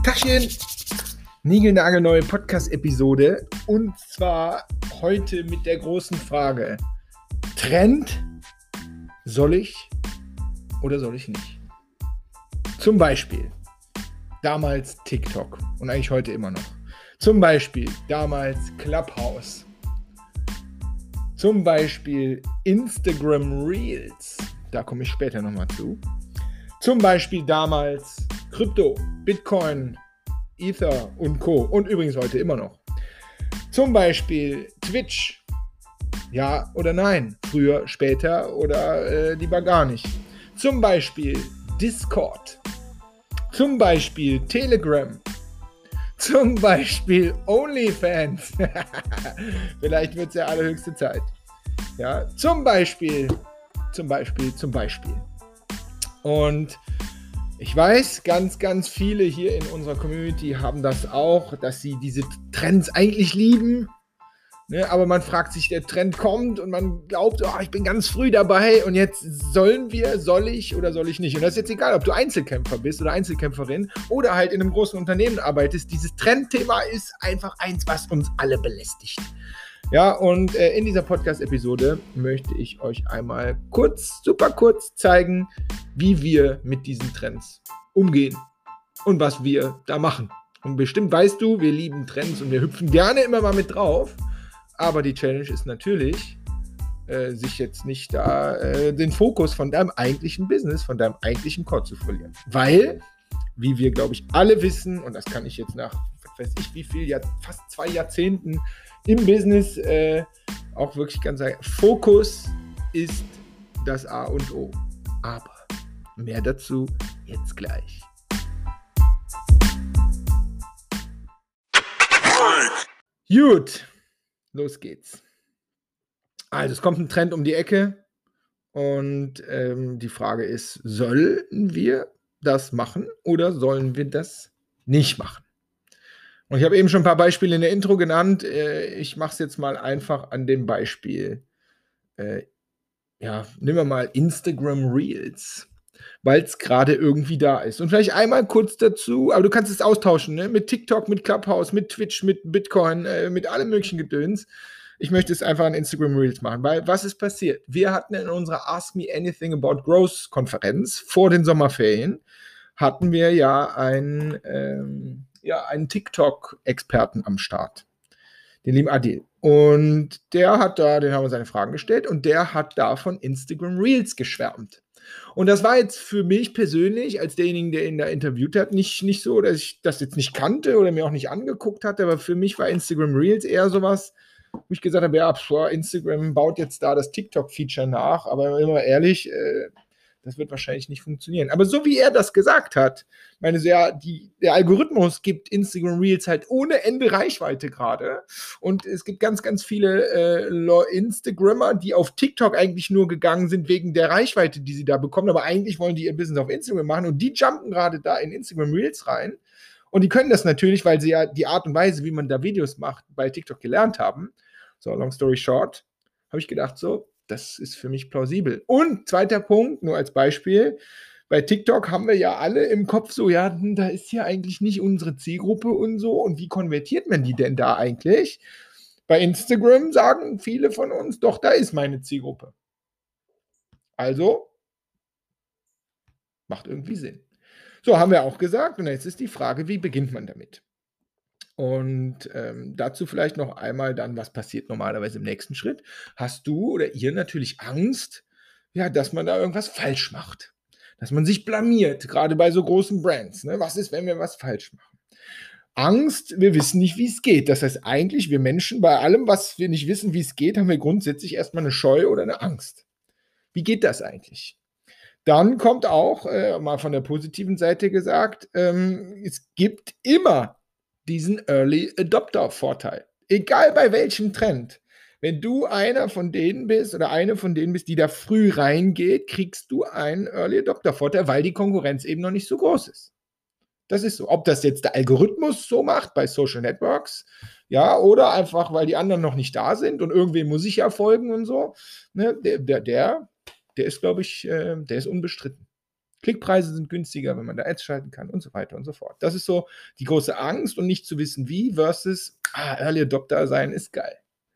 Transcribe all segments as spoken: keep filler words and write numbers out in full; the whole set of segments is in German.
Tachchen! Niegelnagelneue Podcast-Episode und zwar heute mit der großen Frage: Trend, soll ich oder soll ich nicht? Zum Beispiel damals TikTok und eigentlich heute immer noch. Zum Beispiel damals Clubhouse. Zum Beispiel Instagram Reels. Da komme ich später nochmal zu. Zum Beispiel damals Krypto, Bitcoin, Ether und Co. Und übrigens heute immer noch. Zum Beispiel Twitch. Ja oder nein? Früher, später oder äh, lieber gar nicht. Zum Beispiel Discord. Zum Beispiel Telegram. Zum Beispiel OnlyFans. Vielleicht wird es ja allerhöchste Zeit. Ja, zum Beispiel, zum Beispiel, zum Beispiel. Und ich weiß, ganz, ganz viele hier in unserer Community haben das auch, dass sie diese Trends eigentlich lieben. Ne, aber man fragt sich, der Trend kommt und man glaubt, oh, ich bin ganz früh dabei und jetzt sollen wir, soll ich oder soll ich nicht. Und das ist jetzt egal, ob du Einzelkämpfer bist oder Einzelkämpferin oder halt in einem großen Unternehmen arbeitest. Dieses Trendthema ist einfach eins, was uns alle belästigt. Ja, und äh, in dieser Podcast-Episode möchte ich euch einmal kurz, super kurz zeigen, wie wir mit diesen Trends umgehen und was wir da machen. Und bestimmt weißt du, wir lieben Trends und wir hüpfen gerne immer mal mit drauf. Aber die Challenge ist natürlich, äh, sich jetzt nicht da äh, den Fokus von deinem eigentlichen Business, von deinem eigentlichen Core zu verlieren. Weil, wie wir, glaube ich, alle wissen, und das kann ich jetzt nach, was weiß ich, wie viel, Jahr, fast zwei Jahrzehnten im Business äh, auch wirklich ganz sagen, Fokus ist das A und O. Aber mehr dazu jetzt gleich. Gut. Los geht's. Also es kommt ein Trend um die Ecke und ähm, die Frage ist, sollen wir das machen oder sollen wir das nicht machen? Und ich habe eben schon ein paar Beispiele in der Intro genannt. Äh, ich mache es jetzt mal einfach an dem Beispiel. Äh, ja, nehmen wir mal Instagram Reels, weil es gerade irgendwie da ist. Und vielleicht einmal kurz dazu, aber du kannst es austauschen, ne? Mit TikTok, mit Clubhouse, mit Twitch, mit Bitcoin, äh, mit allem möglichen Gedöns. Ich möchte es einfach an Instagram Reels machen, weil was ist passiert? Wir hatten in unserer Ask Me Anything About Growth Konferenz vor den Sommerferien, hatten wir ja einen, ähm, ja, einen TikTok-Experten am Start, den lieben Adil. Und der hat da, den haben wir seine Fragen gestellt und der hat da von Instagram Reels geschwärmt. Und das war jetzt für mich persönlich, als derjenige, der ihn da interviewt hat, nicht, nicht so, dass ich das jetzt nicht kannte oder mir auch nicht angeguckt hatte, aber für mich war Instagram Reels eher sowas, wo ich gesagt habe, ja, pf, Instagram baut jetzt da das TikTok-Feature nach, aber immer ehrlich, äh, das wird wahrscheinlich nicht funktionieren. Aber so wie er das gesagt hat, meine so, ja, die, der Algorithmus gibt Instagram Reels halt ohne Ende Reichweite gerade. Und es gibt ganz, ganz viele äh, Instagrammer, die auf TikTok eigentlich nur gegangen sind wegen der Reichweite, die sie da bekommen. Aber eigentlich wollen die ihr Business auf Instagram machen und die jumpen gerade da in Instagram Reels rein. Und die können das natürlich, weil sie ja die Art und Weise, wie man da Videos macht, bei TikTok gelernt haben. So, long story short, habe ich gedacht, so, das ist für mich plausibel. Und zweiter Punkt, nur als Beispiel, bei TikTok haben wir ja alle im Kopf so, ja, da ist ja eigentlich nicht unsere Zielgruppe und so. Und wie konvertiert man die denn da eigentlich? Bei Instagram sagen viele von uns, doch, da ist meine Zielgruppe. Also, macht irgendwie Sinn. So, haben wir auch gesagt. Und jetzt ist die Frage, wie beginnt man damit? Und ähm, dazu vielleicht noch einmal dann, was passiert normalerweise im nächsten Schritt? Hast du oder ihr natürlich Angst, ja, dass man da irgendwas falsch macht? Dass man sich blamiert, gerade bei so großen Brands. Ne? Was ist, wenn wir was falsch machen? Angst, wir wissen nicht, wie es geht. Das heißt eigentlich, wir Menschen, bei allem, was wir nicht wissen, wie es geht, haben wir grundsätzlich erstmal eine Scheu oder eine Angst. Wie geht das eigentlich? Dann kommt auch, äh, mal von der positiven Seite gesagt, ähm, es gibt immer diesen Early Adopter Vorteil. Egal bei welchem Trend. Wenn du einer von denen bist oder eine von denen bist, die da früh reingeht, kriegst du einen Early Adopter Vorteil, weil die Konkurrenz eben noch nicht so groß ist. Das ist so. Ob das jetzt der Algorithmus so macht bei Social Networks, ja, oder einfach, weil die anderen noch nicht da sind und irgendwem muss ich ja folgen und so, ne, der, der, der, der ist, glaube ich, äh, der ist unbestritten. Klickpreise sind günstiger, wenn man da Ads schalten kann und so weiter und so fort. Das ist so die große Angst und nicht zu wissen, wie versus ah, Early Adopter sein ist geil.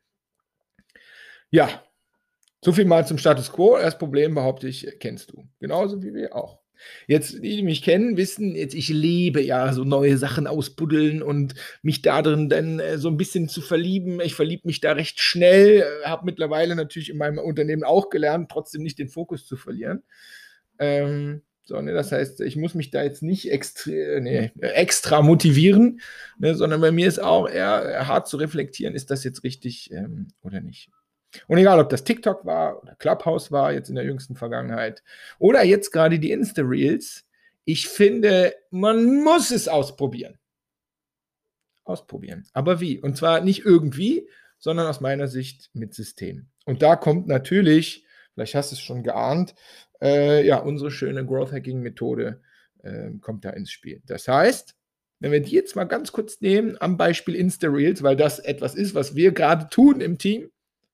Ja, so viel mal zum Status Quo. Das Problem, behaupte ich, kennst du. Genauso wie wir auch. Jetzt, die, die mich kennen, wissen, jetzt, ich liebe ja so neue Sachen ausbuddeln und mich da drin dann äh, so ein bisschen zu verlieben. Ich verliebe mich da recht schnell, äh, habe mittlerweile natürlich in meinem Unternehmen auch gelernt, trotzdem nicht den Fokus zu verlieren. Ähm, so, ne, das heißt, ich muss mich da jetzt nicht extra, nee, extra motivieren, ne, sondern bei mir ist auch eher hart zu reflektieren, ist das jetzt richtig ähm, oder nicht. Und egal, ob das TikTok war oder Clubhouse war, jetzt in der jüngsten Vergangenheit, oder jetzt gerade die Insta-Reels, ich finde, man muss es ausprobieren. Ausprobieren. Aber wie? Und zwar nicht irgendwie, sondern aus meiner Sicht mit System. Und da kommt natürlich, vielleicht hast du es schon geahnt, äh, ja, unsere schöne Growth-Hacking-Methode äh, kommt da ins Spiel. Das heißt, wenn wir die jetzt mal ganz kurz nehmen, am Beispiel Insta-Reels, weil das etwas ist, was wir gerade tun im Team,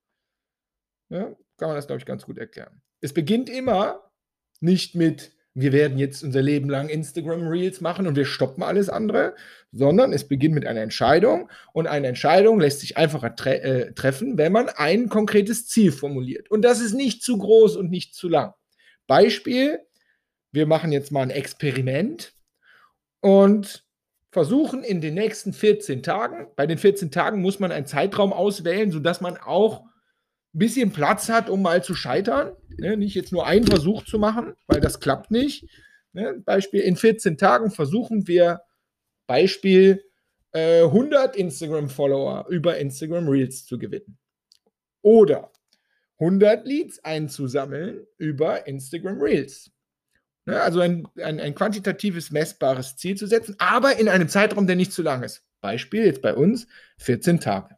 ja, kann man das, glaube ich, ganz gut erklären. Es beginnt immer nicht mit, wir werden jetzt unser Leben lang Instagram Reels machen und wir stoppen alles andere, sondern es beginnt mit einer Entscheidung und eine Entscheidung lässt sich einfacher tre äh, treffen, wenn man ein konkretes Ziel formuliert. Und das ist nicht zu groß und nicht zu lang. Beispiel, wir machen jetzt mal ein Experiment und versuchen in den nächsten vierzehn Tagen, bei den vierzehn Tagen muss man einen Zeitraum auswählen, sodass man auch ein bisschen Platz hat, um mal zu scheitern. Ne? Nicht jetzt nur einen Versuch zu machen, weil das klappt nicht. Ne? Beispiel, in vierzehn Tagen versuchen wir, Beispiel, äh, hundert Instagram-Follower über Instagram Reels zu gewinnen. Oder hundert Leads einzusammeln über Instagram Reels. Ne? Also ein, ein, ein quantitatives, messbares Ziel zu setzen, aber in einem Zeitraum, der nicht zu lang ist. Beispiel jetzt bei uns vierzehn Tage.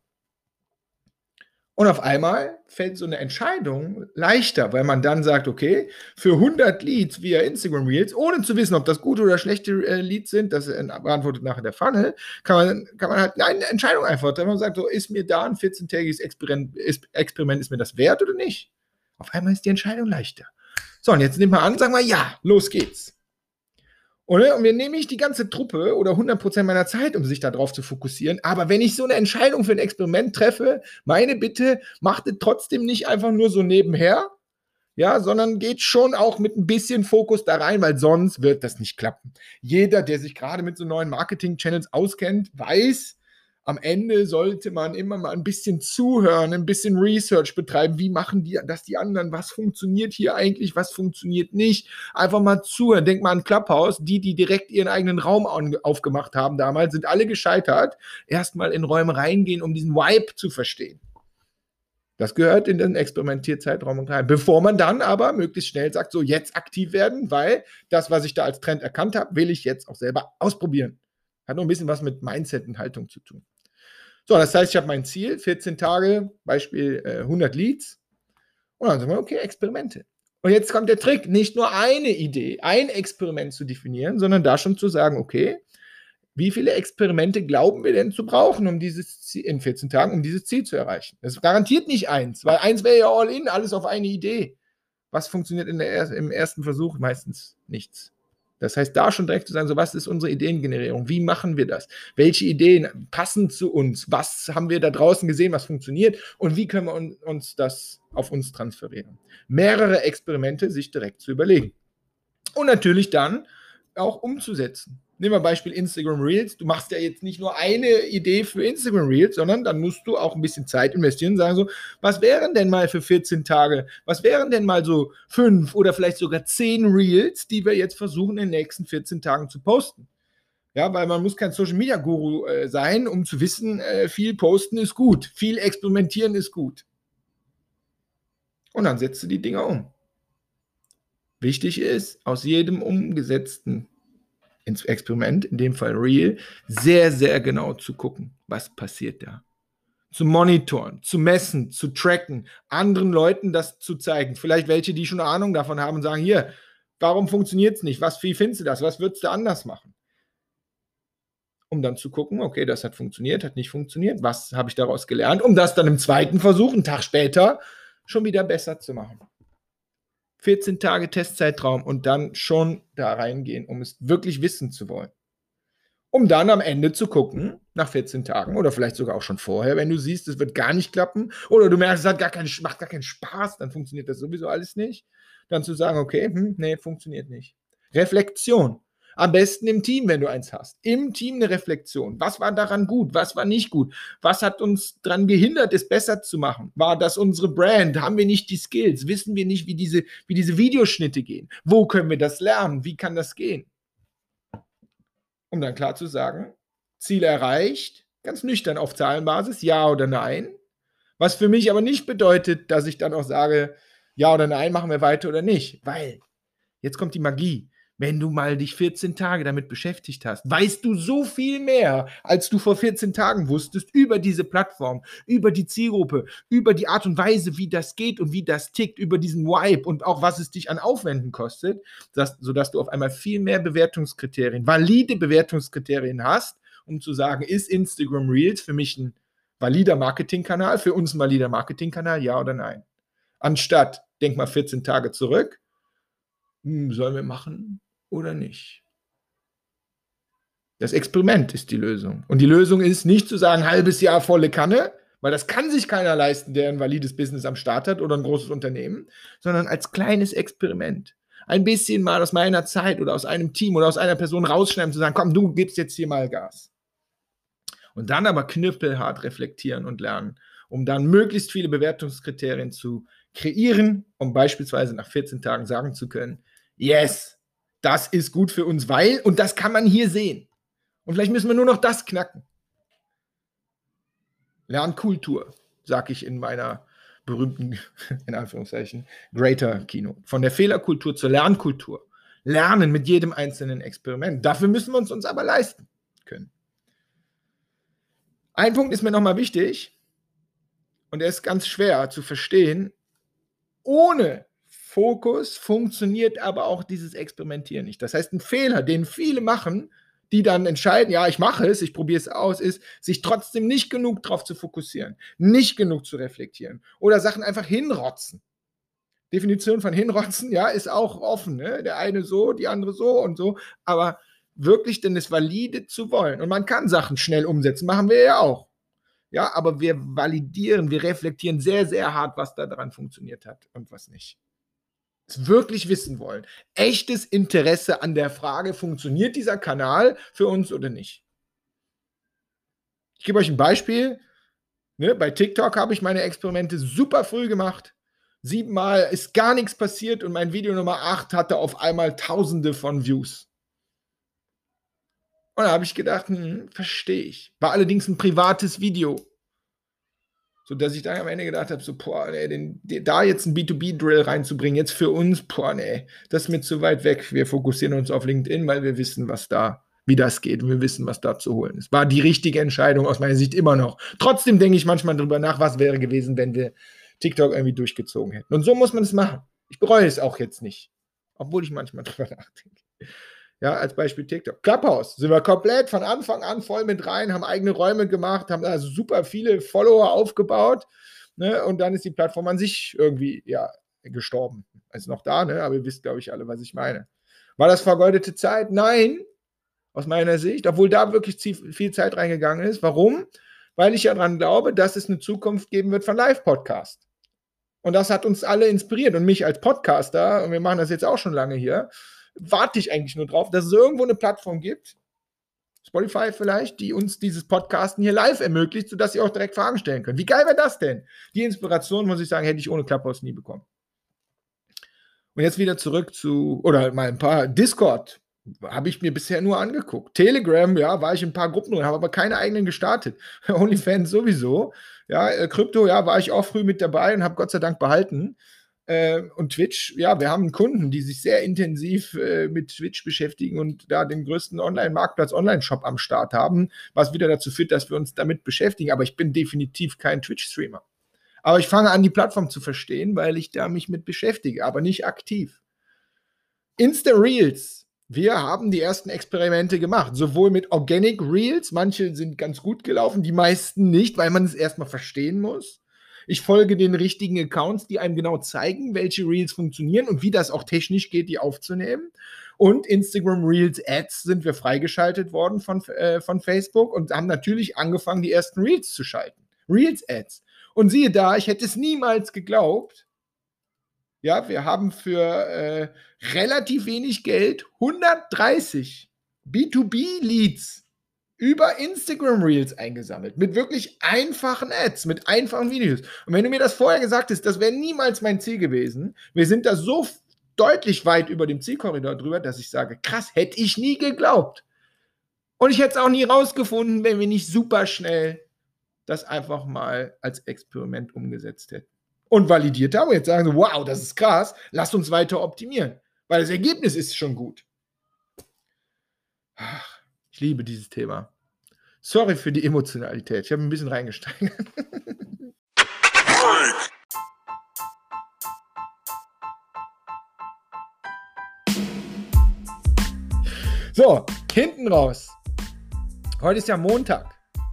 Und auf einmal fällt so eine Entscheidung leichter, weil man dann sagt, okay, für hundert Leads via Instagram Reels, ohne zu wissen, ob das gute oder schlechte äh, Leads sind, das äh, beantwortet nachher der Funnel, kann man, kann man halt eine Entscheidung einfach treffen und sagt, so, ist mir da ein vierzehn-tägiges Experiment, ist, Experiment, ist mir das wert oder nicht? Auf einmal ist die Entscheidung leichter. So, und jetzt nehmen wir an, sagen wir, ja, los geht's. Und wir nehmen nicht die ganze Truppe oder hundert Prozent meiner Zeit, um sich darauf zu fokussieren. Aber wenn ich so eine Entscheidung für ein Experiment treffe, meine Bitte, macht es trotzdem nicht einfach nur so nebenher, ja, sondern geht schon auch mit ein bisschen Fokus da rein, weil sonst wird das nicht klappen. Jeder, der sich gerade mit so neuen Marketing-Channels auskennt, weiß, am Ende sollte man immer mal ein bisschen zuhören, ein bisschen Research betreiben. Wie machen die das die anderen? Was funktioniert hier eigentlich? Was funktioniert nicht? Einfach mal zuhören. Denk mal an Clubhouse. Die, die direkt ihren eigenen Raum aufgemacht haben damals, sind alle gescheitert. Erstmal in Räume reingehen, um diesen Vibe zu verstehen. Das gehört in den Experimentierzeitraum rein. Bevor man dann aber möglichst schnell sagt, so jetzt aktiv werden, weil das, was ich da als Trend erkannt habe, will ich jetzt auch selber ausprobieren. Hat noch ein bisschen was mit Mindset und Haltung zu tun. So, das heißt, ich habe mein Ziel, vierzehn Tage, Beispiel äh, hundert Leads. Und dann sagen wir, okay, Experimente. Und jetzt kommt der Trick, nicht nur eine Idee, ein Experiment zu definieren, sondern da schon zu sagen, okay, wie viele Experimente glauben wir denn zu brauchen, um dieses Ziel, in vierzehn Tagen, um dieses Ziel zu erreichen? Das garantiert nicht eins, weil eins wäre ja all in, alles auf eine Idee. Was funktioniert in der, im ersten Versuch? Meistens nichts. Das heißt, da schon direkt zu sagen, so, was ist unsere Ideengenerierung? Wie machen wir das? Welche Ideen passen zu uns? Was haben wir da draußen gesehen, was funktioniert? Und wie können wir uns das auf uns transferieren? Mehrere Experimente sich direkt zu überlegen. Und natürlich dann auch umzusetzen. Nehmen wir Beispiel Instagram Reels. Du machst ja jetzt nicht nur eine Idee für Instagram Reels, sondern dann musst du auch ein bisschen Zeit investieren und sagen so, was wären denn mal für vierzehn Tage, was wären denn mal so fünf oder vielleicht sogar zehn Reels, die wir jetzt versuchen in den nächsten vierzehn Tagen zu posten. Ja, weil man muss kein Social Media Guru äh, sein, um zu wissen, äh, viel posten ist gut, viel experimentieren ist gut. Und dann setzt du die Dinger um. Wichtig ist, aus jedem umgesetzten ins Experiment, in dem Fall Reel, sehr, sehr genau zu gucken, was passiert da. Zu monitoren, zu messen, zu tracken, anderen Leuten das zu zeigen. Vielleicht welche, die schon eine Ahnung davon haben und sagen, hier, warum funktioniert es nicht? Was, wie findest du das? Was würdest du anders machen? Um dann zu gucken, okay, das hat funktioniert, hat nicht funktioniert. Was habe ich daraus gelernt? Um das dann im zweiten Versuch, einen Tag später, schon wieder besser zu machen. vierzehn Tage Testzeitraum und dann schon da reingehen, um es wirklich wissen zu wollen. Um dann am Ende zu gucken, nach vierzehn Tagen oder vielleicht sogar auch schon vorher, wenn du siehst, es wird gar nicht klappen oder du merkst, es hat gar keinen, macht gar keinen Spaß, dann funktioniert das sowieso alles nicht. Dann zu sagen, okay, hm, nee, funktioniert nicht. Reflexion. Am besten im Team, wenn du eins hast. Im Team eine Reflexion. Was war daran gut? Was war nicht gut? Was hat uns daran gehindert, es besser zu machen? War das unsere Brand? Haben wir nicht die Skills? Wissen wir nicht, wie diese, wie diese Videoschnitte gehen? Wo können wir das lernen? Wie kann das gehen? Um dann klar zu sagen, Ziel erreicht, ganz nüchtern auf Zahlenbasis, ja oder nein. Was für mich aber nicht bedeutet, dass ich dann auch sage, ja oder nein, machen wir weiter oder nicht. Weil, jetzt kommt die Magie. Wenn du mal dich vierzehn Tage damit beschäftigt hast, weißt du so viel mehr, als du vor vierzehn Tagen wusstest, über diese Plattform, über die Zielgruppe, über die Art und Weise, wie das geht und wie das tickt, über diesen Vibe und auch, was es dich an Aufwänden kostet, dass, sodass du auf einmal viel mehr Bewertungskriterien, valide Bewertungskriterien hast, um zu sagen, ist Instagram Reels für mich ein valider Marketingkanal, für uns ein valider Marketingkanal, ja oder nein? Anstatt, denk mal vierzehn Tage zurück, hm, sollen wir machen oder nicht? Das Experiment ist die Lösung. Und die Lösung ist nicht zu sagen, halbes Jahr volle Kanne, weil das kann sich keiner leisten, der ein valides Business am Start hat oder ein großes Unternehmen, sondern als kleines Experiment. Ein bisschen mal aus meiner Zeit oder aus einem Team oder aus einer Person rausschneiden, zu sagen, komm, du gibst jetzt hier mal Gas. Und dann aber knüppelhart reflektieren und lernen, um dann möglichst viele Bewertungskriterien zu kreieren, um beispielsweise nach vierzehn Tagen sagen zu können, yes, das ist gut für uns, weil, und das kann man hier sehen. Und vielleicht müssen wir nur noch das knacken. Lernkultur, sage ich in meiner berühmten, in Anführungszeichen, Greater Keynote. Von der Fehlerkultur zur Lernkultur. Lernen mit jedem einzelnen Experiment. Dafür müssen wir uns, uns aber leisten können. Ein Punkt ist mir nochmal wichtig, und der ist ganz schwer zu verstehen. Ohne Fokus funktioniert aber auch dieses Experimentieren nicht. Das heißt, ein Fehler, den viele machen, die dann entscheiden, ja, ich mache es, ich probiere es aus, ist, sich trotzdem nicht genug darauf zu fokussieren, nicht genug zu reflektieren oder Sachen einfach hinrotzen. Definition von hinrotzen, ja, ist auch offen. Ne? Der eine so, die andere so und so. Aber wirklich denn es valide zu wollen. Und man kann Sachen schnell umsetzen, machen wir ja auch. Ja, aber wir validieren, wir reflektieren sehr, sehr hart, was da dran funktioniert hat und was nicht. Es wirklich wissen wollen. Echtes Interesse an der Frage, funktioniert dieser Kanal für uns oder nicht? Ich gebe euch ein Beispiel. Ne, bei TikTok habe ich meine Experimente super früh gemacht. Siebenmal ist gar nichts passiert und mein Video Nummer acht hatte auf einmal Tausende von Views. Und da habe ich gedacht, hm, verstehe ich. War allerdings ein privates Video. So dass ich dann am Ende gedacht habe, so, boah, nee, den, den, da jetzt ein B zwei B-Drill reinzubringen, jetzt für uns, boah, nee, das ist mir zu weit weg. Wir fokussieren uns auf LinkedIn, weil wir wissen, was da, wie das geht und wir wissen, was da zu holen ist. War die richtige Entscheidung aus meiner Sicht immer noch. Trotzdem denke ich manchmal drüber nach, was wäre gewesen, wenn wir TikTok irgendwie durchgezogen hätten. Und so muss man es machen. Ich bereue es auch jetzt nicht. Obwohl ich manchmal drüber nachdenke. Ja, als Beispiel TikTok. Clubhouse sind wir komplett von Anfang an voll mit rein, haben eigene Räume gemacht, haben also super viele Follower aufgebaut. Ne, und dann ist die Plattform an sich irgendwie ja, gestorben. Ist noch da, ne, aber ihr wisst, glaube ich, alle, was ich meine. War das vergeudete Zeit? Nein, aus meiner Sicht, obwohl da wirklich viel Zeit reingegangen ist. Warum? Weil ich ja daran glaube, dass es eine Zukunft geben wird von Live-Podcast. Und das hat uns alle inspiriert und mich als Podcaster, und wir machen das jetzt auch schon lange hier, warte ich eigentlich nur drauf, dass es irgendwo eine Plattform gibt, Spotify vielleicht, die uns dieses Podcasten hier live ermöglicht, sodass ihr auch direkt Fragen stellen könnt. Wie geil wäre das denn? Die Inspiration, muss ich sagen, hätte ich ohne Clubhouse nie bekommen. Und jetzt wieder zurück zu, oder mal ein paar Discord, habe ich mir bisher nur angeguckt. Telegram, ja, war ich in ein paar Gruppen drin, habe aber keine eigenen gestartet. OnlyFans sowieso. Ja, äh, Krypto, ja, war ich auch früh mit dabei und habe Gott sei Dank behalten. Äh, und Twitch, ja, wir haben Kunden, die sich sehr intensiv äh, mit Twitch beschäftigen und da den größten Online-Marktplatz, Online-Shop am Start haben, was wieder dazu führt, dass wir uns damit beschäftigen. Aber ich bin definitiv kein Twitch-Streamer. Aber ich fange an, die Plattform zu verstehen, weil ich da mich mit beschäftige, aber nicht aktiv. Insta-Reels. Wir haben die ersten Experimente gemacht, sowohl mit Organic Reels, manche sind ganz gut gelaufen, die meisten nicht, weil man es erstmal verstehen muss. Ich folge den richtigen Accounts, die einem genau zeigen, welche Reels funktionieren und wie das auch technisch geht, die aufzunehmen. Und Instagram Reels Ads sind wir freigeschaltet worden von, äh, von Facebook und haben natürlich angefangen, die ersten Reels zu schalten. Reels Ads. Und siehe da, ich hätte es niemals geglaubt. Ja, wir haben für äh, relativ wenig Geld hundertdreißig B zwei B Leads über Instagram Reels eingesammelt. Mit wirklich einfachen Ads, mit einfachen Videos. Und wenn du mir das vorher gesagt hättest, das wäre niemals mein Ziel gewesen. Wir sind da so deutlich weit über dem Zielkorridor drüber, dass ich sage, krass, hätte ich nie geglaubt. Und ich hätte es auch nie rausgefunden, wenn wir nicht super schnell das einfach mal als Experiment umgesetzt hätten. Und validiert haben. Und jetzt sagen sie, wow, das ist krass, lasst uns weiter optimieren. Weil das Ergebnis ist schon gut. Ach, ich liebe dieses Thema. Sorry für die Emotionalität. Ich habe ein bisschen reingesteigert. So, hinten raus. Heute ist ja Montag.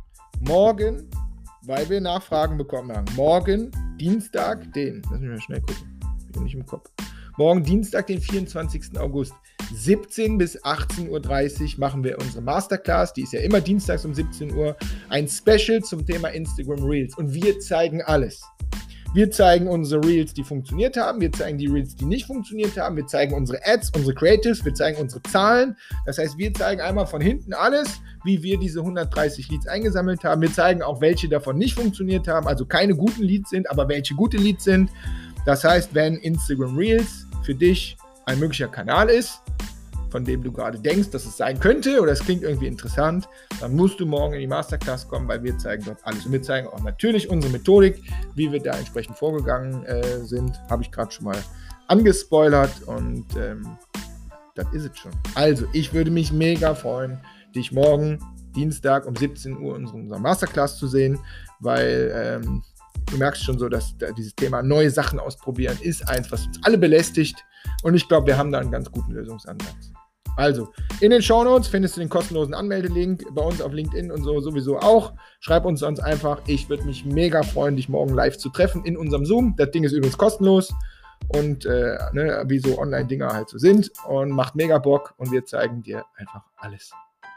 Morgen, weil wir Nachfragen bekommen haben, morgen, Dienstag, den, lass mich mal schnell gucken, ich bin nicht im Kopf. Morgen, Dienstag, den vierundzwanzigsten August, siebzehn bis achtzehn Uhr dreißig machen wir unsere Masterclass, die ist ja immer dienstags um siebzehn Uhr, ein Special zum Thema Instagram Reels und wir zeigen alles. Wir zeigen unsere Reels, die funktioniert haben, wir zeigen die Reels, die nicht funktioniert haben, wir zeigen unsere Ads, unsere Creatives, wir zeigen unsere Zahlen, das heißt, wir zeigen einmal von hinten alles, wie wir diese hundertdreißig Leads eingesammelt haben, wir zeigen auch, welche davon nicht funktioniert haben, also keine guten Leads sind, aber welche gute Leads sind. Das heißt, wenn Instagram Reels für dich ein möglicher Kanal ist, von dem du gerade denkst, dass es sein könnte oder es klingt irgendwie interessant, dann musst du morgen in die Masterclass kommen, weil wir zeigen dort alles. Und wir zeigen auch natürlich unsere Methodik, wie wir da entsprechend vorgegangen äh, sind, habe ich gerade schon mal angespoilert und ähm, das ist es schon. Also, ich würde mich mega freuen, dich morgen, Dienstag um siebzehn Uhr in unserer Masterclass zu sehen, weil ähm, du merkst schon so, dass da dieses Thema neue Sachen ausprobieren ist eins, was uns alle belästigt und ich glaube, wir haben da einen ganz guten Lösungsansatz. Also, in den Shownotes findest du den kostenlosen Anmeldelink, bei uns auf LinkedIn und so sowieso auch. Schreib uns sonst einfach, ich würde mich mega freuen, dich morgen live zu treffen in unserem Zoom. Das Ding ist übrigens kostenlos und äh, ne, wie so Online-Dinger halt so sind und macht mega Bock und wir zeigen dir einfach alles.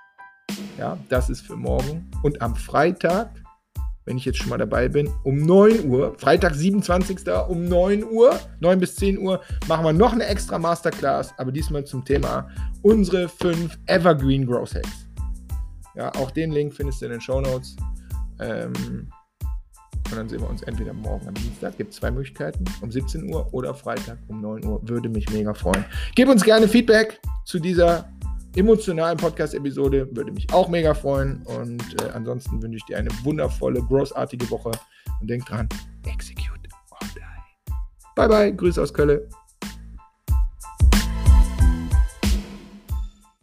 Ja, das ist für morgen und am Freitag, wenn ich jetzt schon mal dabei bin, um neun Uhr, Freitag siebenundzwanzigsten um neun Uhr, neun bis zehn Uhr, machen wir noch eine extra Masterclass, aber diesmal zum Thema unsere fünf Evergreen Growth Hacks. Ja, auch den Link findest du in den Shownotes. Ähm, und dann sehen wir uns entweder morgen am Dienstag, gibt es zwei Möglichkeiten, um siebzehn Uhr oder Freitag um neun Uhr, würde mich mega freuen. Gib uns gerne Feedback zu dieser emotionalen Podcast-Episode, würde mich auch mega freuen und äh, ansonsten wünsche ich dir eine wundervolle, großartige Woche und denk dran, execute or die. Bye bye, Grüße aus Köln.